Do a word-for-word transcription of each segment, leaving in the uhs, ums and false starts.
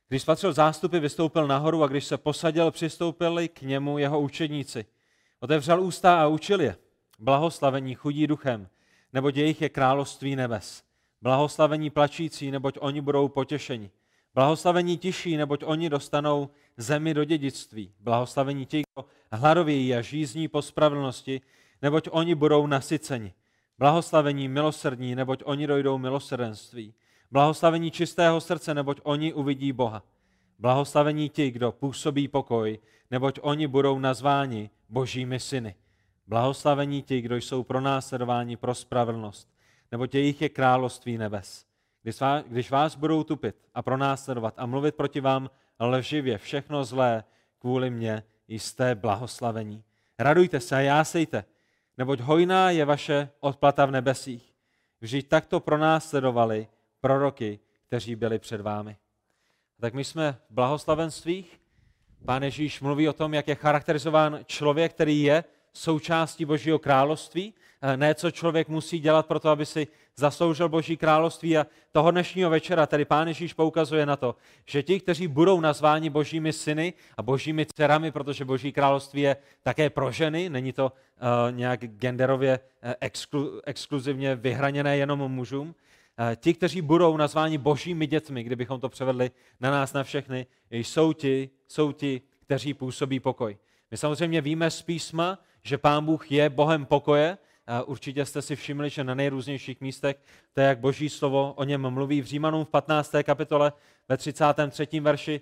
Když spatřil zástupy, vystoupil nahoru a když se posadil, přistoupili k němu jeho učedníci. Otevřel ústa a učil je. Blahoslavení chudí duchem, neboť jejich je království nebes. Blahoslavení plačící, neboť oni budou potěšeni. Blahoslavení tiší, neboť oni dostanou zemi do dědictví. Blahoslavení ti, kdo hladovějí a žízní po spravedlnosti, neboť oni budou nasyceni. Blahoslavení milosrdní, neboť oni dojdou milosrdenství. Blahoslavení čistého srdce, neboť oni uvidí Boha. Blahoslavení ti, kdo působí pokoj, neboť oni budou nazváni božími syny. Blahoslavení ti, kdo jsou pronásledováni pro spravedlnost, neboť jejich je království nebes. Když vás, když vás budou tupit a pronásledovat a mluvit proti vám lživě všechno zlé kvůli mně, jste blahoslavení. Radujte se a jásejte, neboť hojná je vaše odplata v nebesích. Vždyť takto pronásledovali proroky, kteří byli před vámi. Tak my jsme v blahoslavenstvích. Pán Ježíš mluví o tom, jak je charakterizován člověk, který je součástí Božího království. Ne, co člověk musí dělat pro to, aby si zasloužil Boží království. A toho dnešního večera tedy Pán Ježíš poukazuje na to, že ti, kteří budou nazváni božími syny a božími dcerami, protože Boží království je také pro ženy, není to uh, nějak genderově uh, exklu, exkluzivně vyhraněné jenom mužům. Uh, ti, kteří budou nazváni božími dětmi, kdybychom to převedli na nás, na všechny, jsou ti, jsou ti, kteří působí pokoj. My samozřejmě víme z písma, že Pán Bůh je Bohem pokoje. Určitě jste si všimli, že na nejrůznějších místech to je, jak Boží slovo o něm mluví. V Římanům v patnácté kapitole ve třicátém třetím verši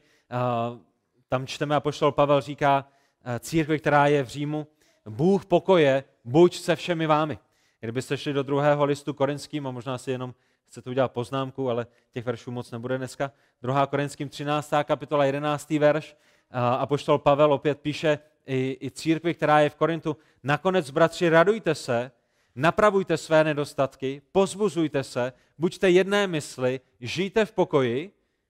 tam čteme, apoštol Pavel říká církvi, která je v Římu, Bůh pokoje, buď se všemi vámi. Kdybyste šli do druhého listu Korinským, a možná si jenom chcete udělat poznámku, ale těch veršů moc nebude dneska, druhá Korinským třináctá kapitola jedenáctý verš, apoštol Pavel opět píše i, i církvi, která je v Korintu, nakonec, bratři, radujte se, napravujte své nedostatky, pozbuzujte se, buďte jedné mysli, žijte v pokoji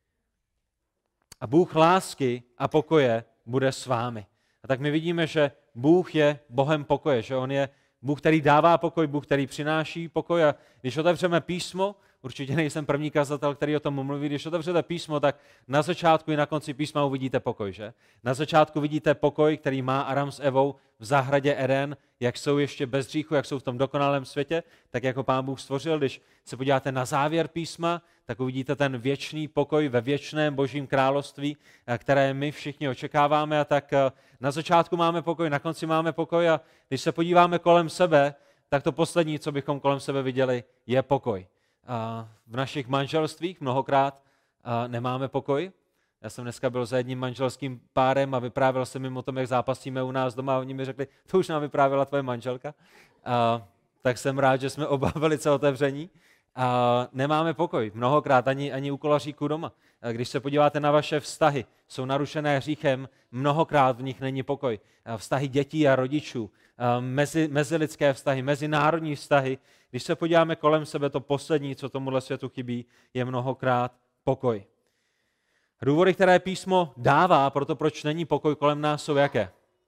a Bůh lásky a pokoje bude s vámi. A tak my vidíme, že Bůh je Bohem pokoje, že on je Bůh, který dává pokoj, Bůh, který přináší pokoj. A když otevřeme písmo, určitě nejsem první kazatel, který o tom mluví, když otevřete písmo, tak na začátku i na konci písma uvidíte pokoj, že? Na začátku vidíte pokoj, který má Adam s Evou v zahradě Eden, jak jsou ještě bez hříchu, jak jsou v tom dokonalém světě, tak jako Pán Bůh stvořil. Když se podíváte na závěr písma, tak uvidíte ten věčný pokoj ve věčném Božím království, které my všichni očekáváme. A tak na začátku máme pokoj, na konci máme pokoj a když se podíváme kolem sebe, tak to poslední, co bychom kolem sebe viděli, je pokoj. A v našich manželstvích mnohokrát nemáme pokoj. Já jsem dneska byl za jedním manželským párem a vyprávěl jsem jim o tom, jak zápasíme u nás doma a oni mi řekli, to už nám vyprávěla tvoje manželka. A tak jsem rád, že jsme oba velice otevření. A nemáme pokoj. Mnohokrát ani, ani u kolaříků doma. A když se podíváte na vaše vztahy, jsou narušené hříchem, mnohokrát v nich není pokoj. A vztahy dětí a rodičů, a mezi, mezilidské vztahy, mezinárodní vztahy. Když se podíváme kolem sebe, to poslední, co tomuhle světu chybí, je mnohokrát pokoj. Důvody, které písmo dává pro to, proč není pokoj kolem nás, jsou jaké?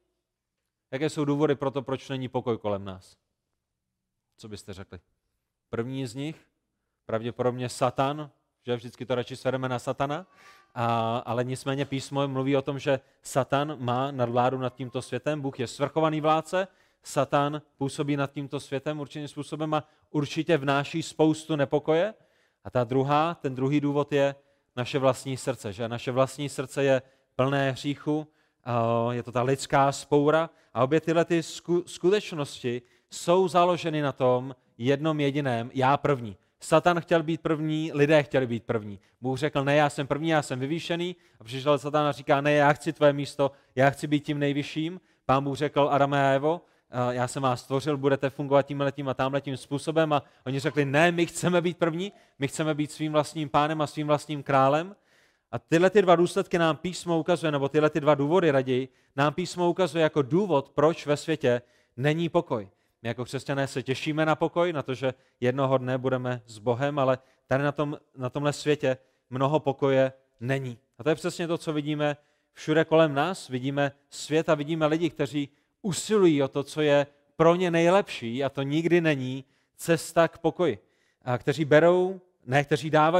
Jaké jsou důvody pro to, proč není pokoj kolem nás? Co byste řekli? První z nich, pravděpodobně Satan, že vždycky to radši svedeme na Satana, a, ale nicméně písmo mluví o tom, že Satan má nadvládu nad tímto světem, Bůh je svrchovaný vládce, Satan působí nad tímto světem určitým způsobem a určitě vnáší spoustu nepokoje. A ta druhá, ten druhý důvod je naše vlastní srdce, že naše vlastní srdce je plné hříchu, je to ta lidská vzpoura a obě tyhle ty skutečnosti jsou založeny na tom jednom jediném, já první. Satan chtěl být první, lidé chtěli být první. Bůh řekl, ne, já jsem první, já jsem vyvýšený. A přišel Satan a říká, ne, já chci tvoje místo, já chci být tím nejvyšším. Pán Bůh řekl, Adame a Evo, já jsem vás stvořil, budete fungovat tímhletím a támhletím způsobem. A oni řekli, ne, my chceme být první, my chceme být svým vlastním pánem a svým vlastním králem. A tyhle ty dva důsledky nám písmo ukazuje, nebo tyhle ty dva důvody raději, nám písmo ukazuje jako důvod, proč ve světě není pokoj. My jako křesťané se těšíme na pokoj, na to, že jednoho dne budeme s Bohem, ale tady na, tom, na tomhle světě mnoho pokoje není. A to je přesně to, co vidíme všude kolem nás. Vidíme svět a vidíme lidi, kteří usilují o to, co je pro ně nejlepší, a to nikdy není cesta k pokoji. A kteří berou, ne kteří dávají.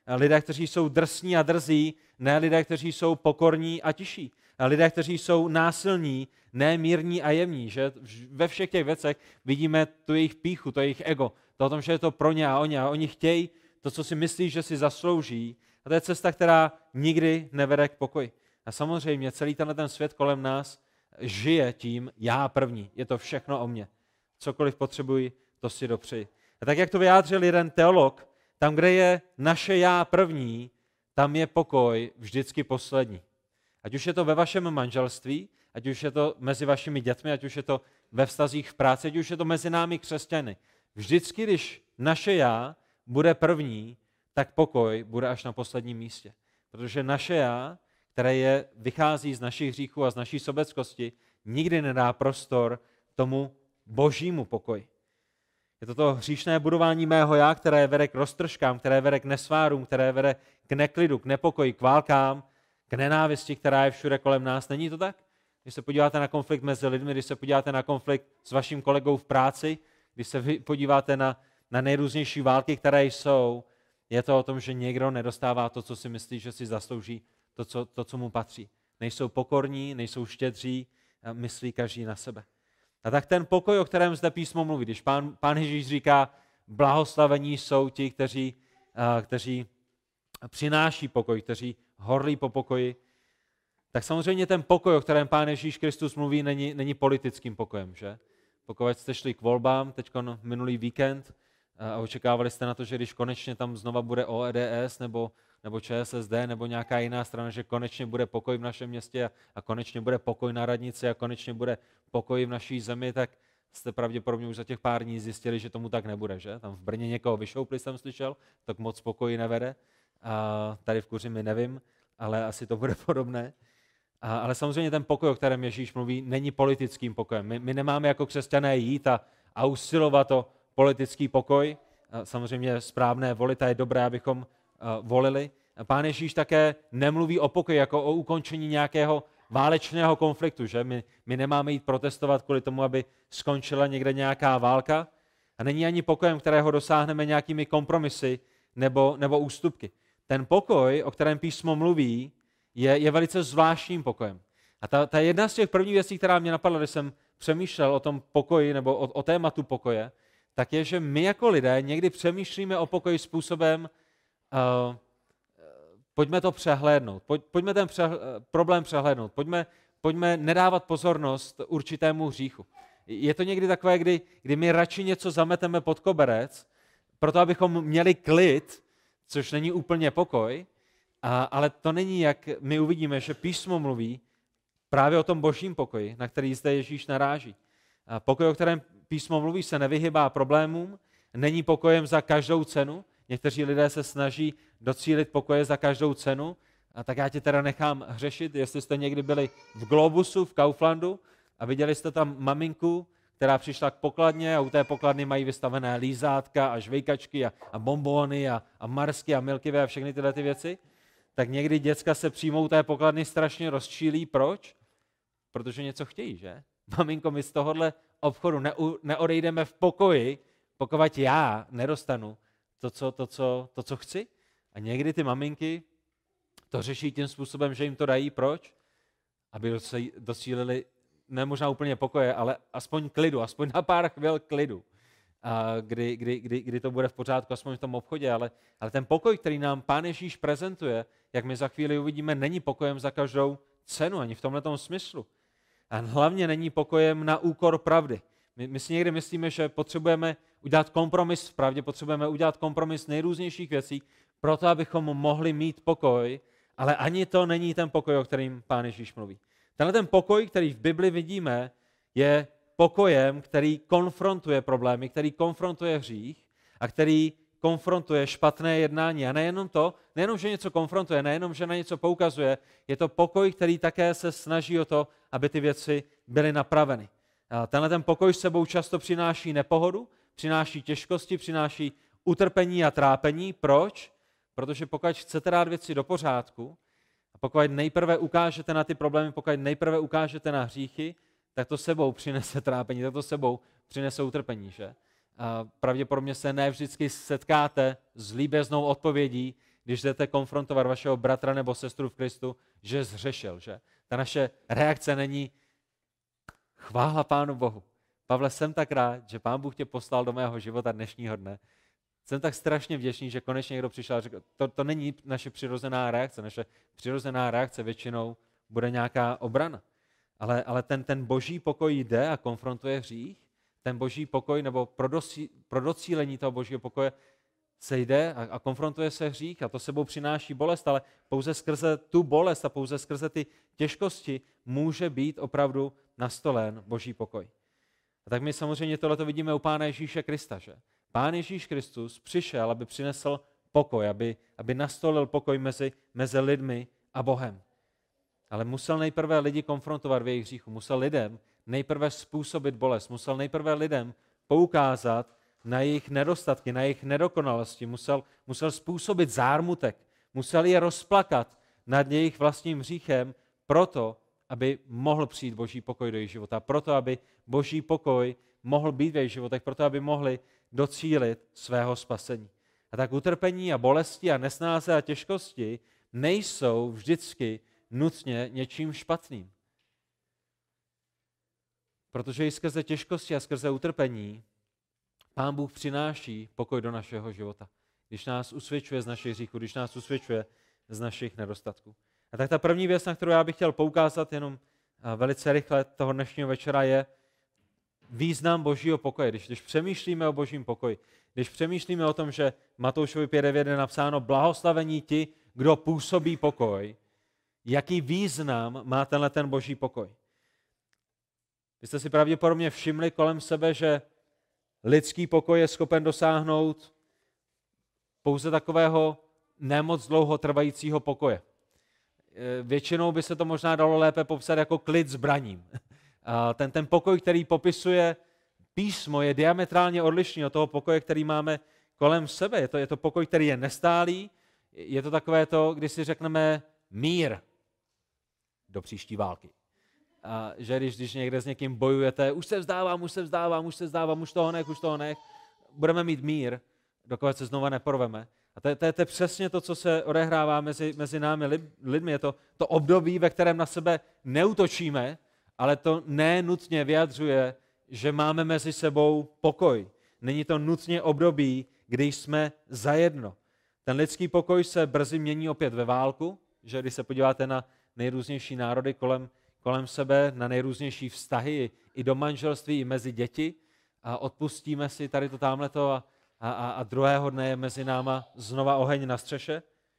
lidé, kteří jsou drsní a drzí, ne lidé, kteří jsou pokorní a tiší. Lidé, kteří jsou násilní, ne mírní a jemní. Že? Ve všech těch věcech vidíme tu jejich pýchu, to jejich ego, to o tom, že je to pro ně a oni. A oni chtějí to, co si myslí, že si zaslouží. A to je cesta, která nikdy nevede k pokoji. A samozřejmě celý tenhle ten svět kolem nás žije tím já první. Je to všechno o mně. Cokoliv potřebuji, to si dopřeji. A tak, jak to vyjádřil jeden teolog, tam, kde je naše já první, tam je pokoj vždycky poslední. Ať už je to ve vašem manželství, ať už je to mezi vašimi dětmi, ať už je to ve vztazích v práci, ať už je to mezi námi křesťany. Vždycky, když naše já bude první, tak pokoj bude až na posledním místě. Protože naše já, které je, vychází z našich hříchů a z naší sobeckosti, nikdy nedá prostor tomu božímu pokoji. Je to to hříšné budování mého já, které vede k roztržkám, které vede k nesvárům, které vede k neklidu, k nepokoji, k válkám, k nenávisti, která je všude kolem nás. Není to tak? Když se podíváte na konflikt mezi lidmi, když se podíváte na konflikt s vaším kolegou v práci, když se podíváte na, na nejrůznější války, které jsou, je to o tom, že někdo nedostává to, co si myslí, že si zaslouží, to, co, to, co mu patří. Nejsou pokorní, nejsou štědří, myslí každý na sebe. A tak ten pokoj, o kterém zde písmo mluví, když pán, pán Ježíš říká, blahoslavení jsou ti, kteří, kteří přináší pokoj, kteří horlí po pokoji, tak samozřejmě ten pokoj, o kterém pán Ježíš Kristus mluví, není, není politickým pokojem, že? Pokud jste šli k volbám teď minulý víkend a očekávali jste na to, že když konečně tam znova bude O E D S nebo, nebo Č S S D nebo nějaká jiná strana, že konečně bude pokoj v našem městě a, a konečně bude pokoj na radnici a konečně bude pokoj v naší zemi, tak jste pravděpodobně už za těch pár dní zjistili, že tomu tak nebude, že? Tam v Brně někoho vyšoupli, jsem slyšel, tak moc pokoji nevede. A tady v Kuřimi nevím, ale asi to bude podobné. A, ale samozřejmě ten pokoj, o kterém Ježíš mluví, není politickým pokojem. My, my nemáme jako křesťané jít a, a usilovat o politický pokoj. A samozřejmě je správné volit a je dobré, abychom a, volili. A pán Ježíš také nemluví o pokoji jako o ukončení nějakého válečného konfliktu. Že? My, my nemáme jít protestovat kvůli tomu, aby skončila někde nějaká válka. A není ani pokojem, kterého dosáhneme nějakými kompromisy nebo, nebo ústupky. Ten pokoj, o kterém písmo mluví, je, je velice zvláštním pokojem. A ta, ta jedna z těch prvních věcí, která mě napadla, když jsem přemýšlel o tom pokoji nebo o, o tématu pokoje, tak je, že my jako lidé někdy přemýšlíme o pokoji způsobem, uh, pojďme to přehlédnout, pojď, pojďme ten přehl, problém přehlédnout, pojďme, pojďme nedávat pozornost určitému hříchu. Je to někdy takové, kdy, kdy my radši něco zameteme pod koberec, proto abychom měli klid, což není úplně pokoj, a, ale to není, jak my uvidíme, že písmo mluví právě o tom božím pokoji, na který zde Ježíš naráží. A pokoj, o kterém písmo mluví, se nevyhybá problémům, není pokojem za každou cenu. Někteří lidé se snaží docílit pokoje za každou cenu, a tak já tě teda nechám hřešit, jestli jste někdy byli v Globusu, v Kauflandu a viděli jste tam maminku, která přišla k pokladně a u té pokladny mají vystavené lízátka a žvejkačky a, a bonbóny a, a marsky a milky a všechny tyhle ty věci, tak někdy děcka se přijmou té pokladny strašně rozčílí. Proč? Protože něco chtějí, že? Maminko, my z tohohle obchodu neu, neodejdeme v pokoji, pokud já nedostanu to co, to, co, to, co chci. A někdy ty maminky to řeší tím způsobem, že jim to dají. Proč? Aby docílili ne možná úplně pokoje, ale aspoň klidu, aspoň na pár chvil klidu, a kdy, kdy, kdy, kdy to bude v pořádku, aspoň v tom obchodě, ale, ale ten pokoj, který nám Pán Ježíš prezentuje, jak my za chvíli uvidíme, není pokojem za každou cenu, ani v tomhletom smyslu. A hlavně není pokojem na úkor pravdy. My, my si někdy myslíme, že potřebujeme udělat kompromis v pravdě, potřebujeme udělat kompromis nejrůznějších věcí, proto abychom mohli mít pokoj, ale ani to není ten pokoj, o kterým Pán Ježíš mluví. Tenhle ten pokoj, který v Bibli vidíme, je pokojem, který konfrontuje problémy, který konfrontuje hřích a který konfrontuje špatné jednání. A nejenom to, nejenom, že něco konfrontuje, nejenom, že na něco poukazuje, je to pokoj, který také se snaží o to, aby ty věci byly napraveny. A tenhle ten pokoj s sebou často přináší nepohodu, přináší těžkosti, přináší utrpení a trápení. Proč? Protože pokud chcete dát věci do pořádku, a pokud nejprve ukážete na ty problémy, pokud nejprve ukážete na hříchy, tak to sebou přinese trápení, tak to sebou přinese utrpení, že? A pravděpodobně se ne vždycky setkáte s líbeznou odpovědí když jdete konfrontovat vašeho bratra nebo sestru v Kristu, že zhřešil, že? Ta naše reakce není chvála Pánu Bohu. Pavle, jsem tak rád, že Pán Bůh tě poslal do mého života dnešního dne. Jsem tak strašně vděčný, že konečně někdo přišel a řekl, to, to není naše přirozená reakce. Naše přirozená reakce většinou bude nějaká obrana. Ale, ale ten, ten boží pokoj jde a konfrontuje hřích. Ten boží pokoj, nebo pro, dosí, pro docílení toho božího pokoje se jde a, a konfrontuje se hřích a to sebou přináší bolest, ale pouze skrze tu bolest a pouze skrze ty těžkosti může být opravdu nastolen boží pokoj. A tak my samozřejmě tohleto vidíme u Pána Ježíše Krista, že? Pán Ježíš Kristus přišel, aby přinesl pokoj, aby, aby nastolil pokoj mezi, mezi lidmi a Bohem. Ale musel nejprve lidi konfrontovat v jejich hříchu, musel lidem nejprve způsobit bolest, musel nejprve lidem poukázat na jejich nedostatky, na jejich nedokonalosti, musel, musel způsobit zármutek, musel je rozplakat nad jejich vlastním hříchem proto, aby mohl přijít boží pokoj do jejich života, proto, aby boží pokoj mohl být v jejich životech, proto, aby mohli docílit svého spasení. A tak utrpení a bolesti a nesnáze a těžkosti nejsou vždycky nutně něčím špatným. Protože i skrze těžkosti a skrze utrpení Pán Bůh přináší pokoj do našeho života. Když nás usvědčuje z našich hříchů, když nás usvědčuje z našich nedostatků. A tak ta první věc, na kterou já bych chtěl poukázat jenom velice rychle toho dnešního večera, je význam božího pokoje. Když, když přemýšlíme o božím pokoji, když přemýšlíme o tom, že Matoušovi pět devět je napsáno blahoslavení ti, kdo působí pokoj, jaký význam má tenhle ten boží pokoj. Vy jste si pravděpodobně všimli kolem sebe, že lidský pokoj je schopen dosáhnout pouze takového nemoc dlouho trvajícího pokoje. Většinou by se to možná dalo lépe popsat jako klid zbraním. Ten, ten pokoj, který popisuje písmo, je diametrálně odlišný od toho pokoje, který máme kolem sebe. Je to, je to pokoj, který je nestálý, je to takové to, když si řekneme mír do příští války. A že když, když někde s někým bojujete, už se vzdávám, už se vzdávám, už se vzdávám, už toho nech, už toho nech, budeme mít mír, dokud se znova neporveme. A to je, to, je, to je přesně to, co se odehrává mezi, mezi námi lidmi. Je to, to období, ve kterém na sebe neútočíme, ale to nenutně vyjadřuje, že máme mezi sebou pokoj. Není to nutně období, kdy jsme zajedno. Ten lidský pokoj se brzy mění opět ve válku, že když se podíváte na nejrůznější národy kolem, kolem sebe, na nejrůznější vztahy, i do manželství, i mezi děti, a odpustíme si tady to támhleto a, a, a druhého dne je mezi náma znova oheň na střeše.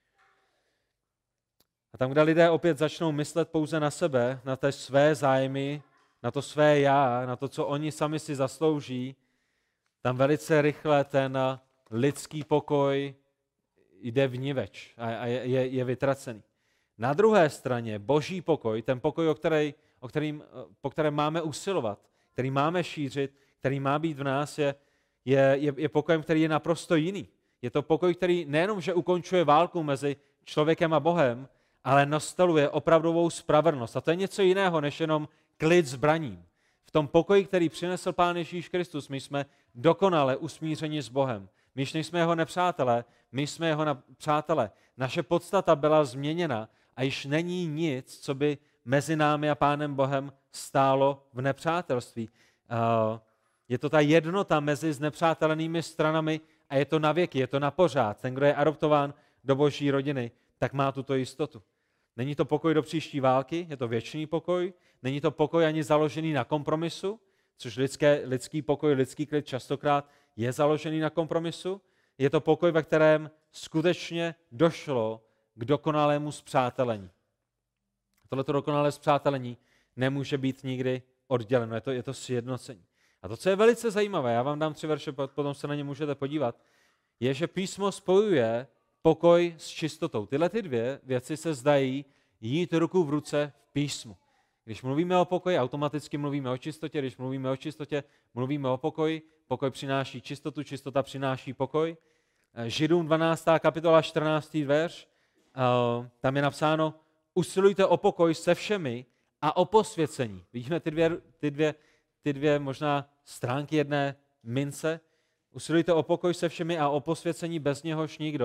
A tam, kde lidé opět začnou myslet pouze na sebe, na té své zájmy, na to své já, na to, co oni sami si zaslouží, tam velice rychle ten lidský pokoj jde vniveč a je, je, je vytracený. Na druhé straně boží pokoj, ten pokoj, o, který, o kterým, po kterém máme usilovat, který máme šířit, který má být v nás, je, je, je, je pokojem, který je naprosto jiný. Je to pokoj, který nejenom, že ukončuje válku mezi člověkem a Bohem, ale nastoluje opravdovou spravedlnost. A to je něco jiného, než jenom klid zbraním. V tom pokoji, který přinesl Pán Ježíš Kristus, my jsme dokonale usmířeni s Bohem. My již nejsme jeho nepřátelé, my jsme jeho přátelé. Naše podstata byla změněna a již není nic, co by mezi námi a Pánem Bohem stálo v nepřátelství. Je to ta jednota mezi znepřátelenými stranami a je to na věky, je to na pořád. Ten, kdo je adoptován do boží rodiny, tak má tuto jistotu. Není to pokoj do příští války, je to věčný pokoj, není to pokoj ani založený na kompromisu, což lidské, lidský pokoj, lidský klid častokrát je založený na kompromisu. Je to pokoj, ve kterém skutečně došlo k dokonalému spřátelení. Tohleto dokonalé spřátelení nemůže být nikdy odděleno, je to, je to sjednocení. A to, co je velice zajímavé, já vám dám tři verše, potom se na ně můžete podívat, je, že písmo spojuje pokoj s čistotou. Tyhle ty dvě věci se zdají jít ruku v ruce v písmu. Když mluvíme o pokoji, automaticky mluvíme o čistotě, když mluvíme o čistotě, mluvíme o pokoji, pokoj přináší čistotu, čistota přináší pokoj. Židům dvanáctá kapitola čtrnáctý verš, tam je napsáno, usilujte o pokoj se všemi a o posvěcení. Vidíme ty dvě, ty dvě, ty dvě možná stránky jedné mince. Usilujte o pokoj se všemi a o posvěcení, bez něhož nikdo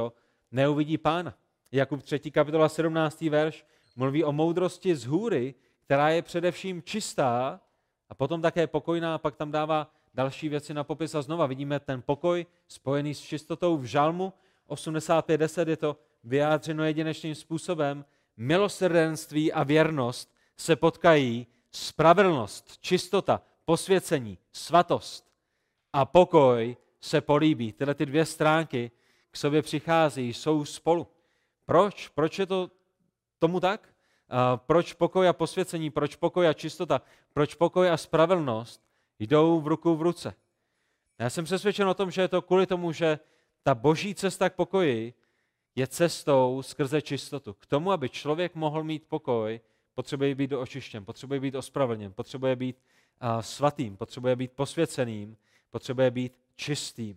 neuvidí Pána. Jakub třetí kapitola sedmnáctý verš mluví o moudrosti z hůry, která je především čistá a potom také pokojná, a pak tam dává další věci na popis a znova vidíme ten pokoj spojený s čistotou. V Žalmu osmdesát pět deset je to vyjádřeno jedinečným způsobem. Milosrdenství a věrnost se potkají, spravedlnost, čistota, posvěcení, svatost a pokoj se políbí. Tyhle ty dvě stránky k sobě přichází, jsou spolu. Proč? Proč je to tomu tak? A proč pokoj a posvěcení, proč pokoj a čistota, proč pokoj a spravedlnost jdou v ruku v ruce? Já jsem přesvědčen o tom, že je to kvůli tomu, že ta boží cesta k pokoji je cestou skrze čistotu. K tomu, aby člověk mohl mít pokoj, potřebuje být očištěn, potřebuje být ospravedlněn, potřebuje být uh, svatým, potřebuje být posvěceným, potřebuje být čistým.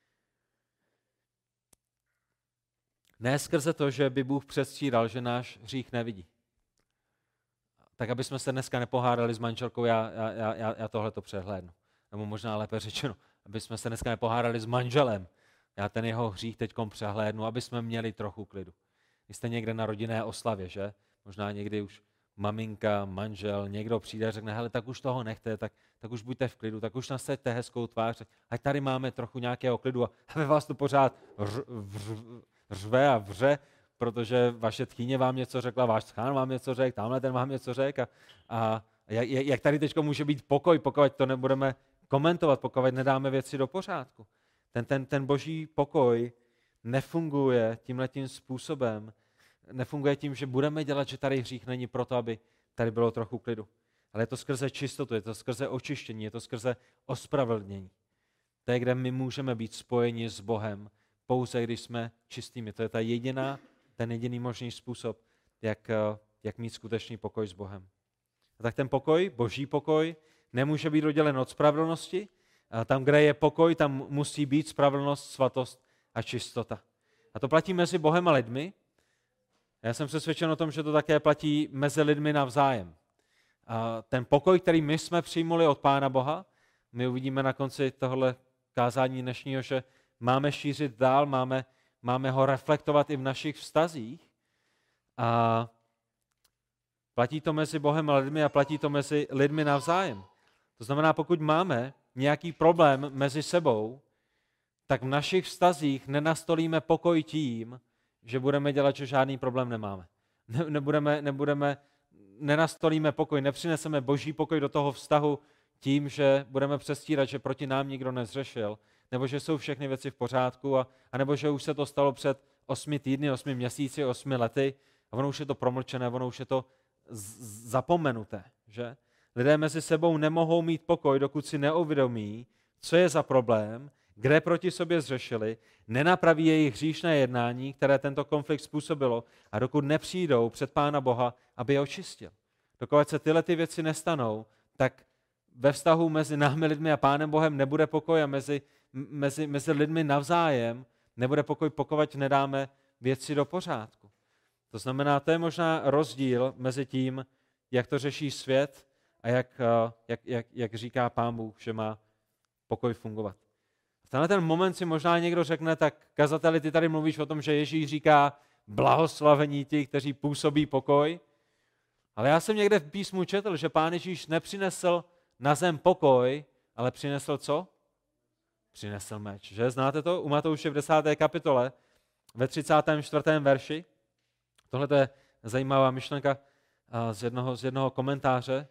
Ne skrze to, že by Bůh předstíral, že náš hřích nevidí. Tak aby jsme se dneska nepohádali s manželkou, já, já, já, já tohle to přehlédnu. Nebo možná lépe řečeno, aby jsme se dneska nepohádali s manželem. Já ten jeho hřích teďkom přehlédnu, aby jsme měli trochu klidu. Vy jste někde na rodinné oslavě, že? Možná někdy už maminka, manžel, někdo přijde a řekne, hele, tak už toho nechte, tak, tak už buďte v klidu, tak už nasaďte hezkou tvář, ať tady máme trochu nějakého klidu a ve vás to pořád ř, vř, řve a vře, protože vaše tchýně vám něco řekla, váš tchán vám něco řekl, tamhle ten vám něco řekl a, a jak, jak tady teď může být pokoj, pokud to nebudeme komentovat, pokud nedáme věci do pořádku. Ten, ten, ten boží pokoj nefunguje tímhletím způsobem, nefunguje tím, že budeme dělat, že tady hřích není proto, aby tady bylo trochu klidu. Ale je to skrze čistotu, je to skrze očištění, je to skrze ospravedlnění. To je, kde my můžeme být spojeni s Bohem, pouze když jsme čistými. To je ta jediná, ten jediný možný způsob, jak, jak mít skutečný pokoj s Bohem. A tak ten pokoj, boží pokoj, nemůže být oddělen od spravedlnosti. A tam, kde je pokoj, tam musí být spravedlnost, svatost a čistota. A to platí mezi Bohem a lidmi. Já jsem přesvědčen o tom, že to také platí mezi lidmi navzájem. A ten pokoj, který my jsme přijmuli od Pána Boha, my uvidíme na konci tohle kázání dnešního, že máme šířit dál, máme, máme ho reflektovat i v našich vztazích. A platí to mezi Bohem a lidmi a platí to mezi lidmi navzájem. To znamená, pokud máme nějaký problém mezi sebou, tak v našich vztazích nenastolíme pokoj tím, že budeme dělat, že žádný problém nemáme. Ne, nebudeme, nebudeme, nenastolíme pokoj, nepřineseme boží pokoj do toho vztahu tím, že budeme přestírat, že proti nám nikdo nezřešil, nebo že jsou všechny věci v pořádku, a, a nebo že už se to stalo před osmi týdny, osmi měsíci, osmi lety a ono už je to promlčené, ono už je to z- zapomenuté. Že? Lidé mezi sebou nemohou mít pokoj, dokud si neuvědomí, co je za problém, kde proti sobě zřešili, nenapraví jejich hříšné jednání, které tento konflikt způsobilo, a dokud nepřijdou před Pána Boha, aby je očistil. Dokud se tyhle ty věci nestanou, tak ve vztahu mezi námi lidmi a Pánem Bohem nebude pokoj a mezi, mezi, mezi lidmi navzájem nebude pokoj, pokud nedáme věci do pořádku. To znamená, to je možná rozdíl mezi tím, jak to řeší svět a jak, jak, jak, jak říká Pán Bůh, že má pokoj fungovat. V tenhle ten moment si možná někdo řekne, tak kazateli, ty tady mluvíš o tom, že Ježíš říká blahoslavení ti, kteří působí pokoj, ale já jsem někde v písmu četl, že Pán Ježíš nepřinesl na zem pokoj, ale přinesl co? Přinesl meč. Že? Znáte to? U Matouše v desáté kapitole, ve třicátém čtvrtém verši. Tohle je zajímavá myšlenka z jednoho, z jednoho komentáře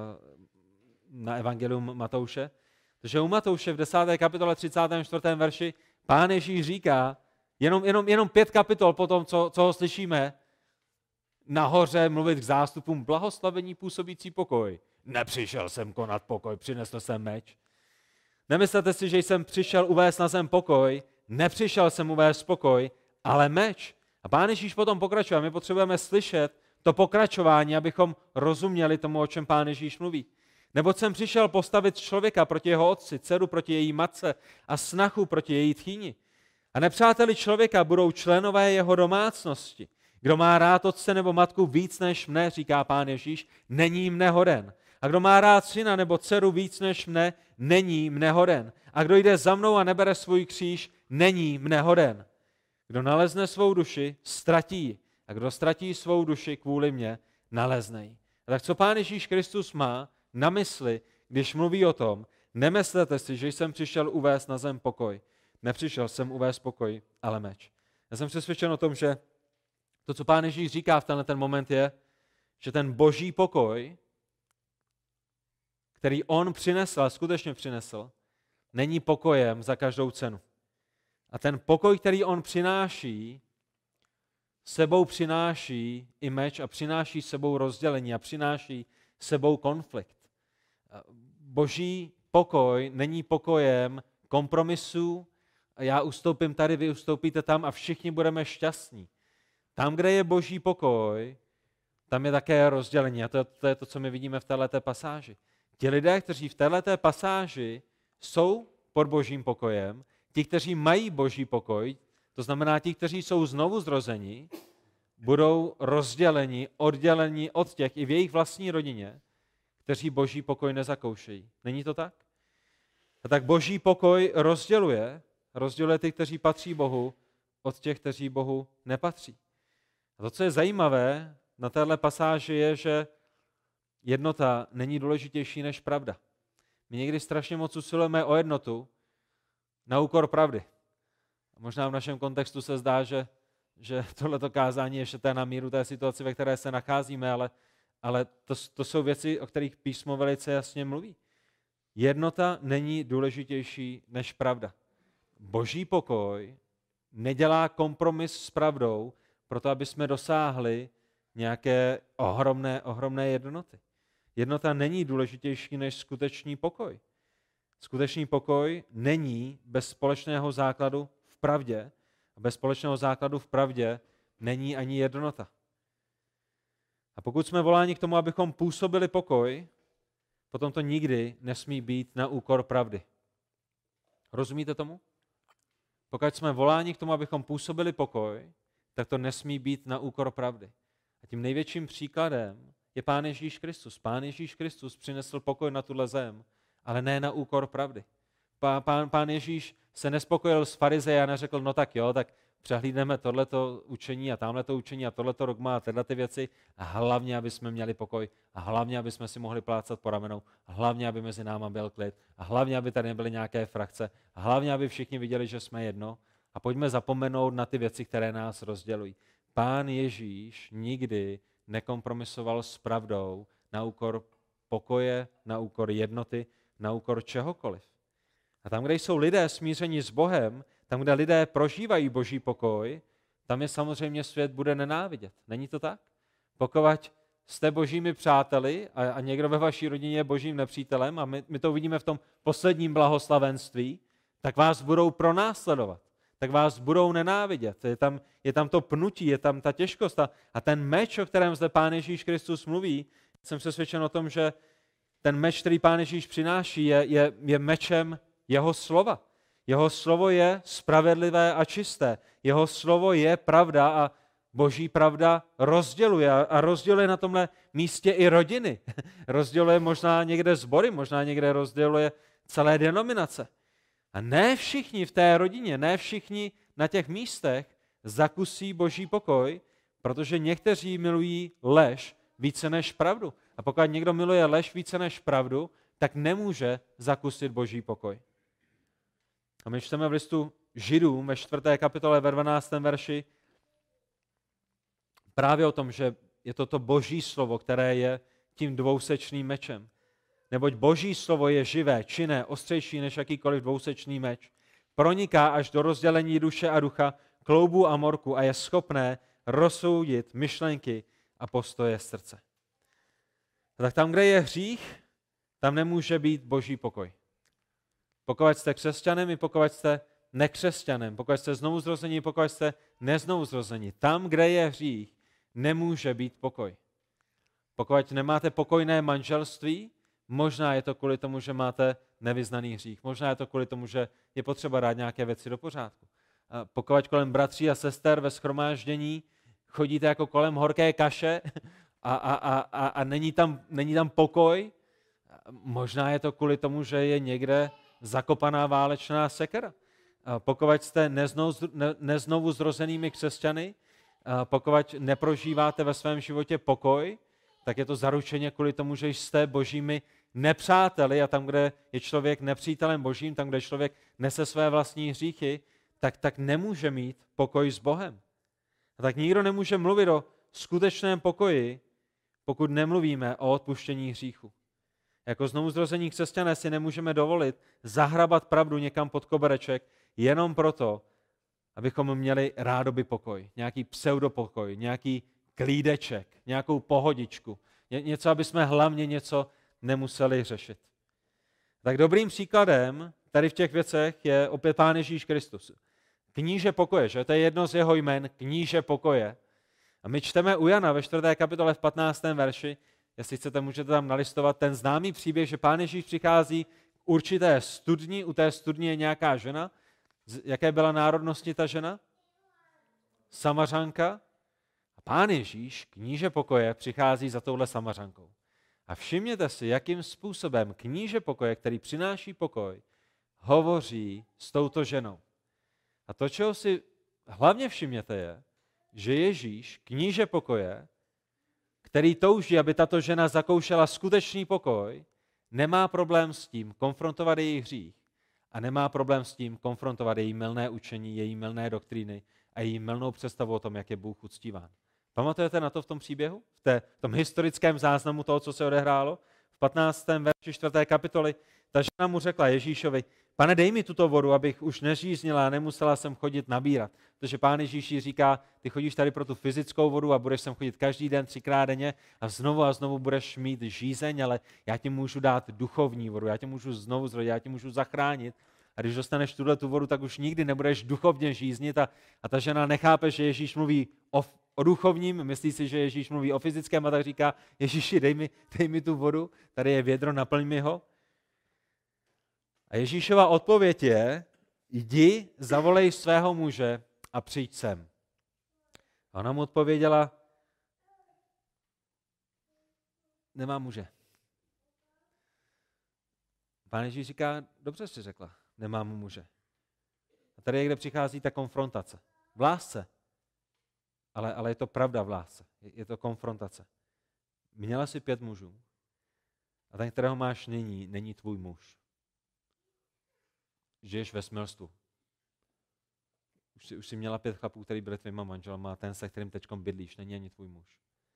na evangelium Matouše. Takže u Matouše v desáté kapitole třicátém čtvrtém verši Pán Ježíš říká, jenom, jenom, jenom pět kapitol po tom, co, co ho slyšíme, nahoře mluvit k zástupům blahoslavení působící pokoj. Nepřišel jsem konat pokoj, přinesl jsem meč. Nemyslete si, že jsem přišel uvést na zem pokoj, nepřišel jsem uvést pokoj, ale meč. A Pán Ježíš potom pokračuje. My potřebujeme slyšet to pokračování, abychom rozuměli tomu, o čem Pán Ježíš mluví. Neboť jsem přišel postavit člověka proti jeho otci, dceru proti její matce a snachu proti její tchýni. A nepřáteli člověka budou členové jeho domácnosti. Kdo má rád otce nebo matku víc než mne, říká Pán Ježíš, není mne hoden. A kdo má rád syna nebo dceru víc než mne, není mne hoden. A kdo jde za mnou a nebere svůj kříž, není mne hoden. Kdo nalezne svou duši, ztratí ji. A kdo ztratí svou duši kvůli mně, nalezne ji. A tak co Pán Ježíš Kristus má na mysli, když mluví o tom, nemyslete si, že jsem přišel uvést na zem pokoj. Nepřišel jsem uvést pokoj, ale meč. Já jsem přesvědčen o tom, že to, co Pán Ježíš říká v tenhle ten moment je, že ten boží pokoj, který on přinesl, a skutečně přinesl, není pokojem za každou cenu. A ten pokoj, který on přináší, sebou přináší i meč a přináší sebou rozdělení a přináší sebou konflikt. Boží pokoj není pokojem kompromisů, já ustoupím tady, vy ustoupíte tam a všichni budeme šťastní. Tam, kde je boží pokoj, tam je také rozdělení. A to, to je to, co my vidíme v této pasáži. Ti lidé, kteří v této pasáži jsou pod božím pokojem, ti, kteří mají boží pokoj, to znamená ti, kteří jsou znovu zrozeni, budou rozděleni, odděleni od těch i v jejich vlastní rodině, kteří boží pokoj nezakoušejí. Není to tak? A tak boží pokoj rozděluje, rozděluje ty, kteří patří Bohu, od těch, kteří Bohu nepatří. A to, co je zajímavé na téhle pasáži, je, že jednota není důležitější než pravda. My někdy strašně moc usilujeme o jednotu na úkor pravdy. A možná v našem kontextu se zdá, že, že tohleto kázání ještě je na míru té situaci, ve které se nacházíme, ale, ale to, to jsou věci, o kterých písmo velice jasně mluví. Jednota není důležitější než pravda. Boží pokoj nedělá kompromis s pravdou, proto aby jsme dosáhli nějaké ohromné, ohromné jednoty. Jednota není důležitější než skutečný pokoj. Skutečný pokoj není bez společného základu v pravdě a bez společného základu v pravdě není ani jednota. A pokud jsme voláni k tomu, abychom působili pokoj, potom to nikdy nesmí být na úkor pravdy. Rozumíte tomu? Pokud jsme voláni k tomu, abychom působili pokoj, tak to nesmí být na úkor pravdy. A tím největším příkladem je Pán Ježíš Kristus. Pán Ježíš Kristus přinesl pokoj na tuhle zem, ale ne na úkor pravdy. Pán, pán Ježíš se nespokojil s farizeji a neřekl, no tak jo, tak přehlídneme tohleto učení a tamhleto učení a tohleto dogma a tyhle ty věci a hlavně, aby jsme měli pokoj a hlavně, aby jsme si mohli plácat po ramenou a hlavně, aby mezi náma byl klid a hlavně, aby tady nebyly nějaké frakce a hlavně, aby všichni viděli, že jsme jedno a pojďme zapomenout na ty věci, které nás rozdělují. Pán Ježíš nikdy nekompromisoval s pravdou na úkor pokoje, na úkor jednoty, na úkor čehokoliv. A tam, kde jsou lidé smíření s Bohem, tam, kde lidé prožívají boží pokoj, tam je samozřejmě svět bude nenávidět. Není to tak? Pokud jste božími přáteli a, a někdo ve vaší rodině je božím nepřítelem a my, my to vidíme v tom posledním blahoslavenství, tak vás budou pronásledovat, tak vás budou nenávidět. Je tam, je tam to pnutí, je tam ta těžkost a, a ten meč, o kterém zde Pán Ježíš Kristus mluví, jsem přesvědčen o tom, že ten meč, který Pán Ježíš přináší, je, je, je mečem jeho slova. Jeho slovo je spravedlivé a čisté. Jeho slovo je pravda a boží pravda rozděluje. A rozděluje na tomhle místě i rodiny. Rozděluje možná někde sbory, možná někde rozděluje celé denominace. A ne všichni v té rodině, ne všichni na těch místech zakusí boží pokoj, protože někteří milují lež více než pravdu. A pokud někdo miluje lež více než pravdu, tak nemůže zakusit boží pokoj. A my čteme v listu Židům ve čtvrté kapitole ve dvanáctém verši právě o tom, že je to to boží slovo, které je tím dvousečným mečem. Neboť boží slovo je živé, činné, ostřejší než jakýkoliv dvousečný meč. Proniká až do rozdělení duše a ducha, kloubu a morku a je schopné rozsoudit myšlenky a postoje srdce. A tak tam, kde je hřích, tam nemůže být boží pokoj. Pokud jste křesťanem i pokud jste nekřesťanem, pokud jste znovuzrození, pokud jste neznovuzrození, tam, kde je hřích, nemůže být pokoj. Pokud nemáte pokojné manželství, možná je to kvůli tomu, že máte nevyznaný hřích. Možná je to kvůli tomu, že je potřeba dát nějaké věci do pořádku. A pokud kolem bratří a sester ve shromáždění chodíte jako kolem horké kaše a, a, a, a, a není, tam, není tam pokoj, možná je to kvůli tomu, že je někde zakopaná válečná sekera. pokud jste neznovu zrozenými křesťany, pokud neprožíváte ve svém životě pokoj, tak je to zaručeně kvůli tomu, že jste božími nepřáteli a tam, kde je člověk nepřítelem božím, tam, kde člověk nese své vlastní hříchy, tak, tak nemůže mít pokoj s Bohem. A tak nikdo nemůže mluvit o skutečném pokoji, pokud nemluvíme o odpuštění hříchu. Jako znovuzrození křesťané si nemůžeme dovolit zahrabat pravdu někam pod kobereček jenom proto, abychom měli rádoby pokoj, nějaký pseudopokoj, nějaký klídeček, nějakou pohodičku, ně, něco, aby jsme hlavně něco nemuseli řešit. Tak dobrým příkladem tady v těch věcech je opět Pán Ježíš Kristus. Kníže pokoje, že? To je jedno z jeho jmen, kníže pokoje. A my čteme u Jana ve čtvrté kapitole v patnáctém verši, jestli chcete, můžete tam nalistovat ten známý příběh, že Pán Ježíš přichází k určité studni, u té studni je nějaká žena. Z jaké byla národnosti ta žena? Samařanka. A Pán Ježíš, kníže pokoje, přichází za touhle Samařankou. A všimněte si, jakým způsobem kníže pokoje, který přináší pokoj, hovoří s touto ženou. A to, čeho si hlavně všimněte, je, že Ježíš, kníže pokoje, který touží, aby tato žena zakoušela skutečný pokoj, nemá problém s tím konfrontovat její hřích a nemá problém s tím konfrontovat její mylné učení, její mylné doktríny a její mylnou představu o tom, jak je Bůh uctíván. Pamatujete na to v tom příběhu? V, té, v tom historickém záznamu toho, co se odehrálo? V patnáctém verši čtvrté kapitoly ta žena mu řekla Ježíšovi: Pane, dej mi tuto vodu, abych už neříznila a nemusela jsem chodit nabírat. Protože Pán Ježíš jí říká, ty chodíš tady pro tu fyzickou vodu a budeš sem chodit každý den, třikrát denně a znovu a znovu budeš mít žízeň, ale já ti můžu dát duchovní vodu, já tě můžu znovu zrodit, já tě můžu zachránit. A když dostaneš tuhle tu vodu, tak už nikdy nebudeš duchovně žíznit. A, a ta žena nechápe, že Ježíš mluví o, o duchovním, myslí si, že Ježíš mluví o fyzickém a tak říká, Ježíši, dej mi, dej mi tu vodu, tady je vědro, naplň mi ho. A Ježíšova odpověď je, jdi, zavolej svého muže a přijď sem. A ona mu odpověděla, nemám muže. Pán Ježíš říká, dobře jsi řekla, nemám muže. A tady je, kde přichází ta konfrontace. V lásce. Ale, ale je to pravda v lásce. Je, je to konfrontace. Měla jsi pět mužů a ten, kterého máš nyní, není tvůj muž. Žiješ ve smilstvu. Už jsi, už jsi měla pět chlapů, který byli tvýma manželama a ten, se kterým teďkom bydlíš, není ani tvůj muž.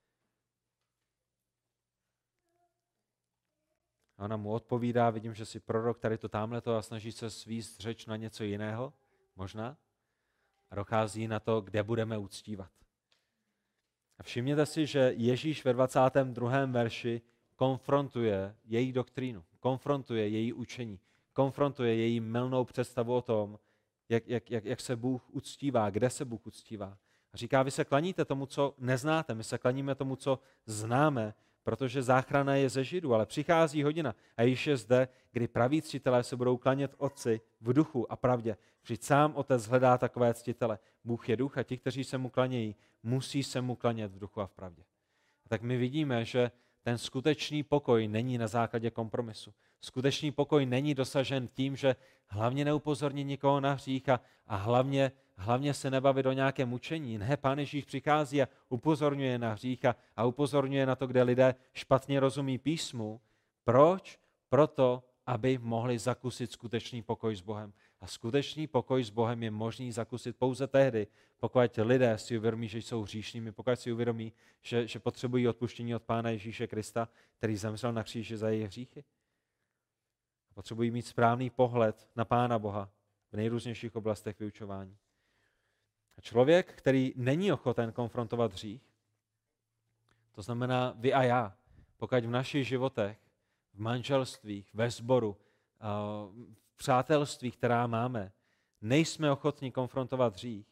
A ona mu odpovídá, vidím, že jsi prorok, tady to támhleto a snažíš se svíst řeč na něco jiného, možná, a dochází na to, kde budeme uctívat. A všimněte si, že Ježíš ve dvacátém druhém verši konfrontuje její doktrínu, konfrontuje její učení, konfrontuje její mylnou představu o tom, jak, jak, jak, jak se Bůh uctívá, kde se Bůh uctívá. A říká, vy se klaníte tomu, co neznáte, my se klaníme tomu, co známe, protože záchrana je ze Židů, ale přichází hodina a již je zde, kdy praví ctitelé se budou klanět Otci v duchu a pravdě. Vždyť sám Otec hledá takové ctitele. Bůh je duch a ti, kteří se mu klanějí, musí se mu klanět v duchu a v pravdě. A tak my vidíme, že ten skutečný pokoj není na základě kompromisu. Skutečný pokoj není dosažen tím, že hlavně neupozorní nikoho na hřích a, a hlavně, hlavně se nebavit o nějakém učení. Ne, Pán Ježíš přichází a upozorňuje na hřích a, a upozorňuje na to, kde lidé špatně rozumí písmu. Proč? Proto, aby mohli zakusit skutečný pokoj s Bohem. A skutečný pokoj s Bohem je možný zakusit pouze tehdy, pokud lidé si uvědomí, že jsou hříšnými, pokud si uvědomí, že, že potřebují odpuštění od Pána Ježíše Krista, který zemřel na kříži za jejich hříchy. Potřebují mít správný pohled na Pána Boha v nejrůznějších oblastech vyučování. A člověk, který není ochoten konfrontovat hřích, to znamená vy a já, pokud v našich životech, v manželstvích, ve sboru, v přátelství, která máme, nejsme ochotní konfrontovat hřích,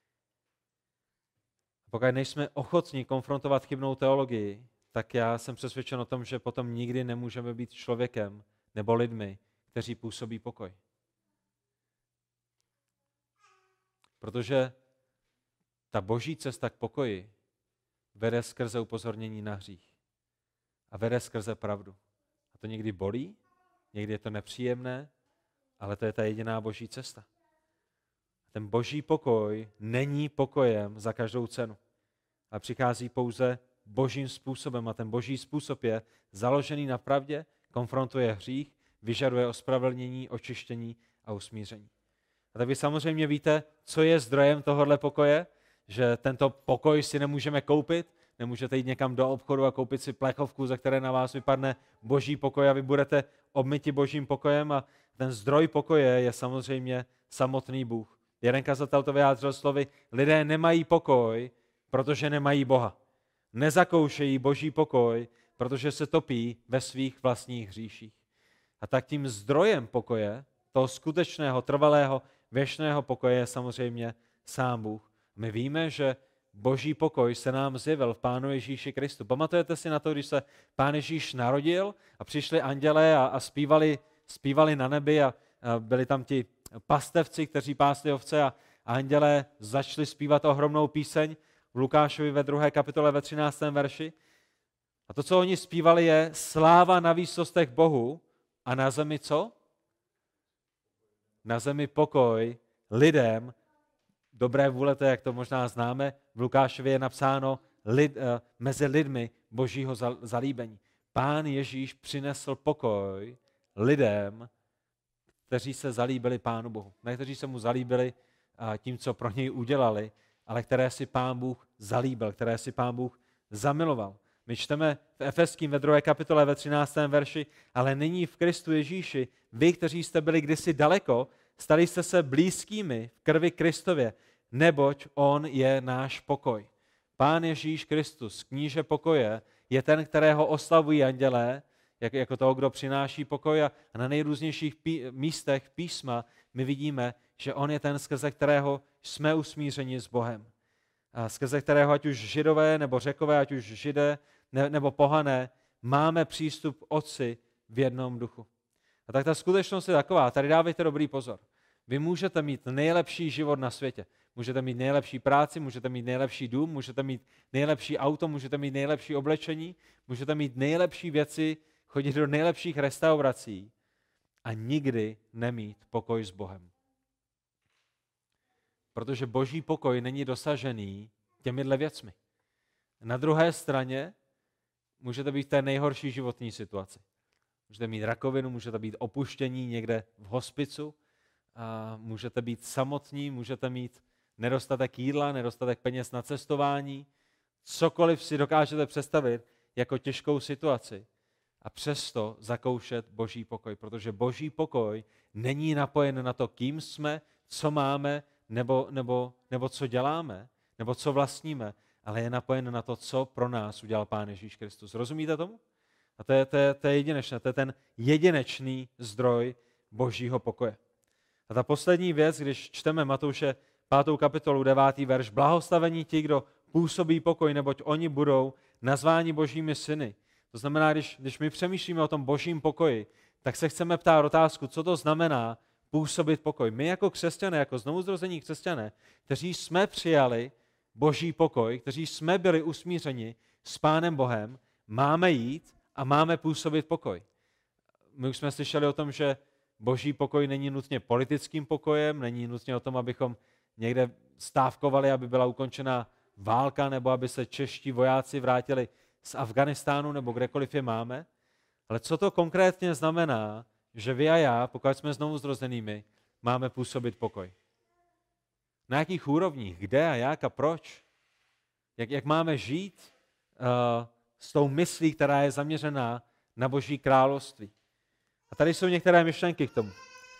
pokud nejsme ochotní konfrontovat chybnou teologii, tak já jsem přesvědčen o tom, že potom nikdy nemůžeme být člověkem nebo lidmi, kteří působí pokoj. Protože ta boží cesta k pokoji vede skrze upozornění na hřích. A vede skrze pravdu. A to někdy bolí, někdy je to nepříjemné, ale to je ta jediná boží cesta. Ten boží pokoj není pokojem za každou cenu, ale přichází pouze božím způsobem a ten boží způsob je založený na pravdě, konfrontuje hřích, vyžaduje ospravedlnění, očištění a usmíření. A tak vy samozřejmě víte, co je zdrojem tohohle pokoje, že tento pokoj si nemůžeme koupit, nemůžete jít někam do obchodu a koupit si plechovku, ze které na vás vypadne boží pokoj a vy budete obmyti božím pokojem a ten zdroj pokoje je samozřejmě samotný Bůh. Jeden kazatel to vyjádřil slovy, lidé nemají pokoj, protože nemají Boha. Nezakoušejí boží pokoj, protože se topí ve svých vlastních hříších. A tak tím zdrojem pokoje, toho skutečného, trvalého, věčného pokoje je samozřejmě sám Bůh. My víme, že boží pokoj se nám zjevil v Pánu Ježíši Kristu. Pamatujete si na to, když se Pán Ježíš narodil a přišli andělé a, a zpívali, zpívali na nebi a, a byli tam ti pastevci, kteří pásli ovce a, a andělé začali zpívat ohromnou píseň v Lukášovi ve druhé kapitole ve třináctém verši. A to, co oni zpívali, je sláva na výsostech Bohu a na zemi co? Na zemi pokoj lidem dobré vůle, to, jak to možná známe, v Lukášově je napsáno lid, uh, mezi lidmi božího zalíbení. Pán Ježíš přinesl pokoj lidem, kteří se zalíbili Pánu Bohu. Ne, kteří se mu zalíbili uh, tím, co pro něj udělali, ale které si Pán Bůh zalíbil, které si Pán Bůh zamiloval. My čteme v Efeským ve druhé kapitole ve třináctém verši, ale nyní v Kristu Ježíši, vy, kteří jste byli kdysi daleko, stali jste se blízkými v krvi Kristově, neboť on je náš pokoj. Pán Ježíš Kristus, kníže pokoje, je ten, kterého oslavují andělé, jako toho, kdo přináší pokoj a na nejrůznějších pí- místech písma my vidíme, že on je ten, skrze kterého jsme usmířeni s Bohem. A skrze kterého ať už Židové nebo Řekové, ať už Židé ne, nebo pohané, máme přístup k Otci v jednom duchu. A tak ta skutečnost je taková, tady dávejte dobrý pozor. Vy můžete mít nejlepší život na světě. Můžete mít nejlepší práci, můžete mít nejlepší dům, můžete mít nejlepší auto, můžete mít nejlepší oblečení, můžete mít nejlepší věci, chodit do nejlepších restaurací a nikdy nemít pokoj s Bohem. Protože boží pokoj není dosažený těmihle věcmi. Na druhé straně můžete být v té nejhorší životní situaci. Můžete mít rakovinu, můžete být opuštění někde v hospicu, a můžete být samotní, můžete mít nedostatek jídla, nedostatek peněz na cestování, cokoliv si dokážete představit jako těžkou situaci a přesto zakoušet boží pokoj, protože boží pokoj není napojen na to, kým jsme, co máme, nebo, nebo, nebo co děláme, nebo co vlastníme, ale je napojen na to, co pro nás udělal Pán Ježíš Kristus. Rozumíte tomu? A to je, to je, to je jedinečné, to je ten jedinečný zdroj božího pokoje. A ta poslední věc, když čteme Matouše pátou kapitolu, devátý verš, blahostavení ti, kdo působí pokoj, neboť oni budou nazváni božími syny. To znamená, když, když my přemýšlíme o tom božím pokoji, tak se chceme ptát otázku, co to znamená působit pokoj. My jako křesťané, jako znovuzrození křesťané, kteří jsme přijali boží pokoj, kteří jsme byli usmířeni s Pánem Bohem, máme jít a máme působit pokoj. My už jsme slyšeli o tom, že boží pokoj není nutně politickým pokojem, není nutně o tom, abychom někde stávkovali, aby byla ukončena válka, nebo aby se čeští vojáci vrátili z Afganistánu, nebo kdekoliv je máme. Ale co to konkrétně znamená, že vy a já, pokud jsme znovu zrozenými, máme působit pokoj? Na jakých úrovních, kde a jak a proč? Jak, jak máme žít uh, s tou myslí, která je zaměřená na boží království? A tady jsou některé myšlenky k tomu.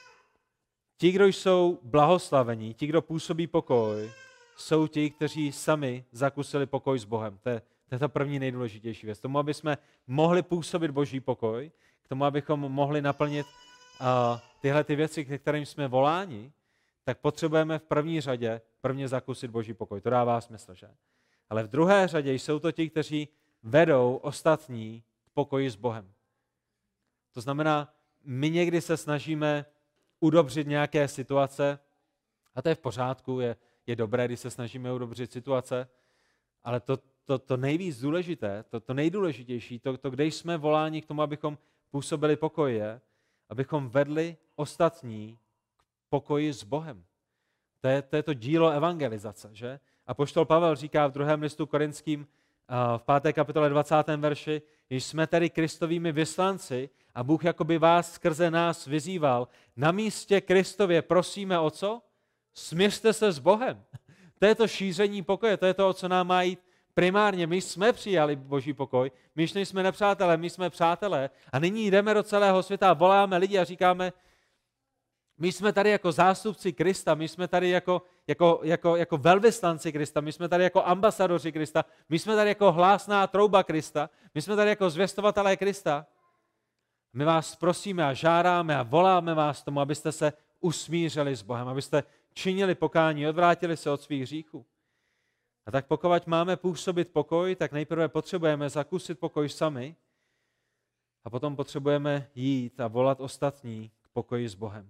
Ti, kdo jsou blahoslavení, ti, kdo působí pokoj, jsou ti, kteří sami zakusili pokoj s Bohem. To je, to je ta první nejdůležitější věc. K tomu, aby jsme mohli působit boží pokoj, k tomu, abychom mohli naplnit uh, tyhle ty věci, k kterým jsme voláni, tak potřebujeme v první řadě prvně zakusit boží pokoj. To dává smysl, že? Ale v druhé řadě jsou to ti, kteří vedou ostatní k pokoji s Bohem. To znamená, my někdy se snažíme udobřit nějaké situace, a to je v pořádku, je, je dobré, když se snažíme udobřit situace, ale to, to, to nejvíc důležité, to, to nejdůležitější, to, to, kde jsme voláni k tomu, abychom působili pokoj, je, abychom vedli ostatní k pokoji s Bohem. To je, to je to dílo evangelizace, že? Apoštol Pavel říká v druhém listu Korinským v páté kapitole dvacátém verši, když jsme tedy Kristovými vyslanci a Bůh jakoby vás skrze nás vyzýval, na místě Kristově prosíme o co? Smiřte se s Bohem. To je to šíření pokoje, to je to, o co nám má jít primárně. My jsme přijali Boží pokoj, my už nejsme nepřátelé, my jsme přátelé a nyní jdeme do celého světa a voláme lidi a říkáme, my jsme tady jako zástupci Krista, my jsme tady jako, jako, jako, jako velvyslanci Krista, my jsme tady jako ambasadoři Krista, my jsme tady jako hlásná trouba Krista, my jsme tady jako zvěstovatelé Krista. My vás prosíme a žádáme a voláme vás tomu, abyste se usmířili s Bohem, abyste činili pokání, odvrátili se od svých hříchů. A tak pokud máme působit pokoj, tak nejprve potřebujeme zakusit pokoj sami a potom potřebujeme jít a volat ostatní k pokoji s Bohem.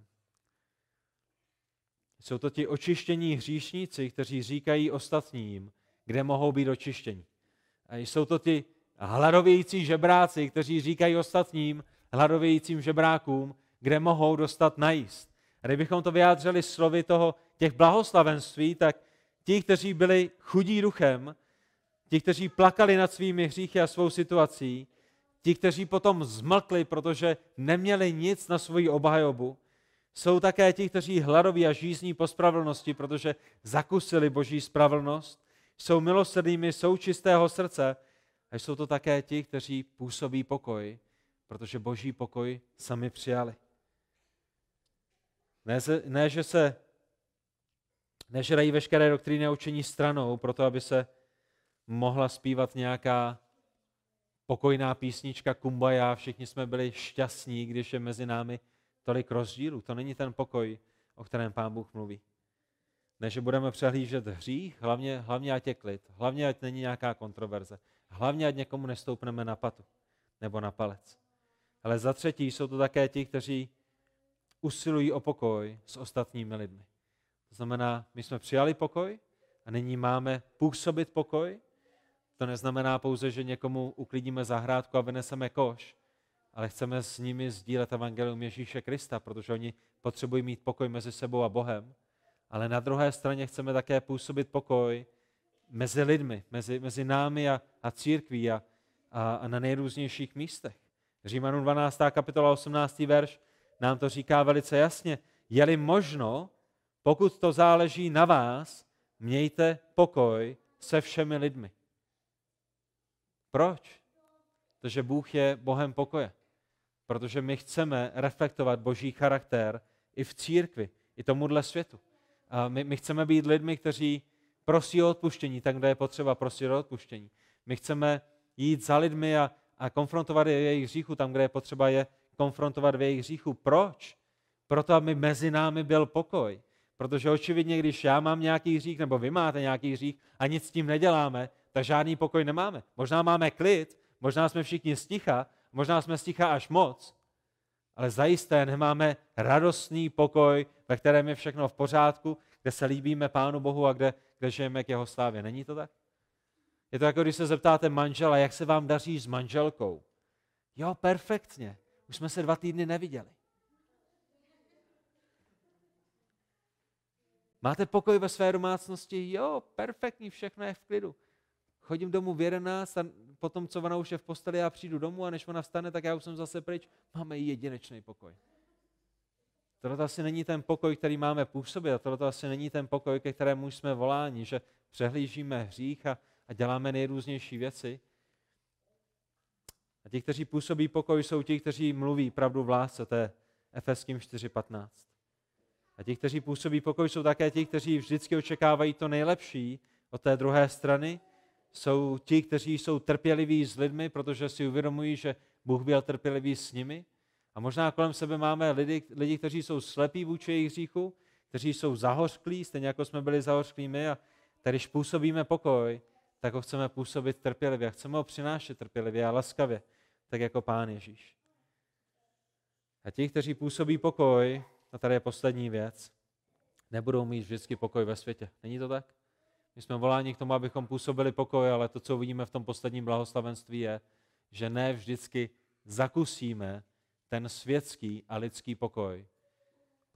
Jsou to ti očištění hříšníci, kteří říkají ostatním, kde mohou být očištěni. A jsou to ti hladovějící žebráci, kteří říkají ostatním hladovějícím žebrákům, kde mohou dostat najíst. A kdybychom to vyjádřili slovy toho, těch blahoslavenství, tak ti, kteří byli chudí duchem, ti, kteří plakali nad svými hříchy a svou situací, ti, kteří potom zmlkli, protože neměli nic na svoji obhajobu, jsou také ti, kteří hladoví a žízní po spravedlnosti, protože zakusili Boží spravedlnost, jsou milosrdnými, jsou čistého srdce a jsou to také ti, kteří působí pokoj, protože Boží pokoj sami přijali. Ne, ne, že se ne, že dají veškeré doktríny a učení stranou, proto aby se mohla zpívat nějaká pokojná písnička Kumbaya, všichni jsme byli šťastní, když je mezi námi tolik rozdílů. To není ten pokoj, o kterém Pán Bůh mluví. Ne, že budeme přehlížet hřích, hlavně, hlavně ať je klid, hlavně ať není nějaká kontroverze, hlavně ať někomu nestoupneme na patu nebo na palec. Ale za třetí jsou to také ti, kteří usilují o pokoj s ostatními lidmi. To znamená, my jsme přijali pokoj a nyní máme působit pokoj. To neznamená pouze, že někomu uklidíme zahrádku a vyneseme koš, ale chceme s nimi sdílet evangelium Ježíše Krista, protože oni potřebují mít pokoj mezi sebou a Bohem. Ale na druhé straně chceme také působit pokoj mezi lidmi, mezi, mezi námi a, a církví a, a, a na nejrůznějších místech. Římanům dvanáctá kapitola osmnáctý verš nám to říká velice jasně. Je-li možno, pokud to záleží na vás, mějte pokoj se všemi lidmi. Proč? Protože Bůh je Bohem pokoje. Protože my chceme reflektovat Boží charakter i v církvi, i tomuhle světu. A my, my chceme být lidmi, kteří prosí o odpuštění, tam, kde je potřeba prosit o odpuštění. My chceme jít za lidmi a, a konfrontovat je jejich hříchu, tam, kde je potřeba je konfrontovat v jejich hříchu. Proč? Proto, aby mezi námi byl pokoj. Protože očividně, když já mám nějaký hřích, nebo vy máte nějaký hřích a nic s tím neděláme, tak žádný pokoj nemáme. Možná máme klid, možná jsme všichni sticha, možná jsme sticha až moc, ale zajisté nemáme radostný pokoj, ve kterém je všechno v pořádku, kde se líbíme Pánu Bohu a kde, kde žijeme k jeho slávě. Není to tak? Je to jako když se zeptáte manžela, jak se vám daří s manželkou. Jo, perfektně. Už jsme se dva týdny neviděli. Máte pokoj ve své domácnosti? Jo, perfektní, všechno je v klidu. Chodím domů v jedenáct a potom, co ona už je v posteli, já přijdu domů a než ona vstane, tak já už jsem zase pryč. Máme jedinečný pokoj. Tohle asi není ten pokoj, který máme působit a tohle asi není ten pokoj, ke kterému jsme voláni, že přehlížíme hřích a, a děláme nejrůznější věci. A ti, kteří působí pokoj, jsou ti, kteří mluví pravdu v lásce, to je Efeským čtyři patnáct. A ti, kteří působí pokoj, jsou také ti, kteří vždycky očekávají to nejlepší od té druhé strany. Jsou ti, kteří jsou trpěliví s lidmi, protože si uvědomují, že Bůh byl trpělivý s nimi. A možná kolem sebe máme lidi, lidi kteří jsou slepí vůči jejich hříchu, kteří jsou zahořklí, stejně jako jsme byli zahořklí my. A když působíme pokoj, tak ho chceme působit trpělivě. A chceme ho přinášet trpělivě a laskavě, tak jako Pán Ježíš. A ti, kteří působí pokoj, a tady je poslední věc, nebudou mít vždycky pokoj ve světě. Není to tak? My jsme voláni k tomu, abychom působili pokoj, ale to, co uvidíme v tom posledním blahoslavenství, je, že ne vždycky zakusíme ten světský a lidský pokoj.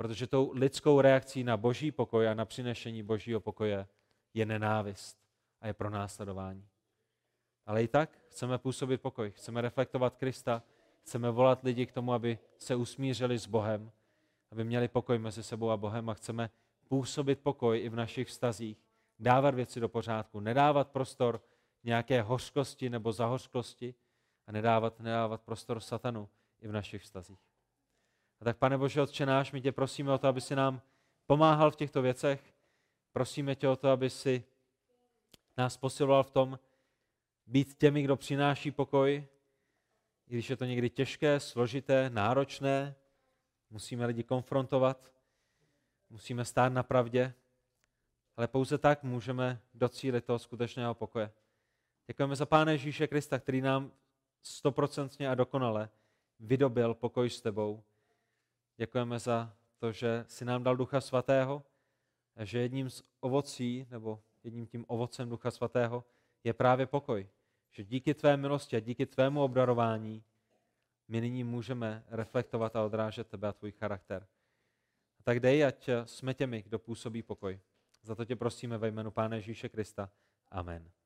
Protože tou lidskou reakcí na boží pokoj a na přinešení božího pokoje je nenávist a je pronásledování. Ale i tak chceme působit pokoj, chceme reflektovat Krista, chceme volat lidi k tomu, aby se usmířili s Bohem, aby měli pokoj mezi sebou a Bohem a chceme působit pokoj i v našich vztazích, dávat věci do pořádku, nedávat prostor nějaké hořkosti nebo zahořklosti a nedávat, nedávat prostor satanu i v našich vztazích. A tak, Pane Bože, Otče náš, my tě prosíme o to, aby si nám pomáhal v těchto věcech. Prosíme tě o to, aby si nás posiloval v tom, být těmi, kdo přináší pokoj, i když je to někdy těžké, složité, náročné, musíme lidi konfrontovat, musíme stát na pravdě, ale pouze tak můžeme docílit toho skutečného pokoje. Děkujeme za Pána Ježíše Krista, který nám stoprocentně a dokonale vydobil pokoj s tebou. Děkujeme za to, že jsi nám dal Ducha Svatého a že jedním z ovocí, nebo jedním tím ovocem Ducha Svatého je právě pokoj. Že díky tvé milosti a díky tvému obdarování my nyní můžeme reflektovat a odrážet tebe a tvůj charakter. A tak dej, ať jsme těmi, kdo působí pokoj. Za to tě prosíme ve jménu Pána Ježíše Krista. Amen.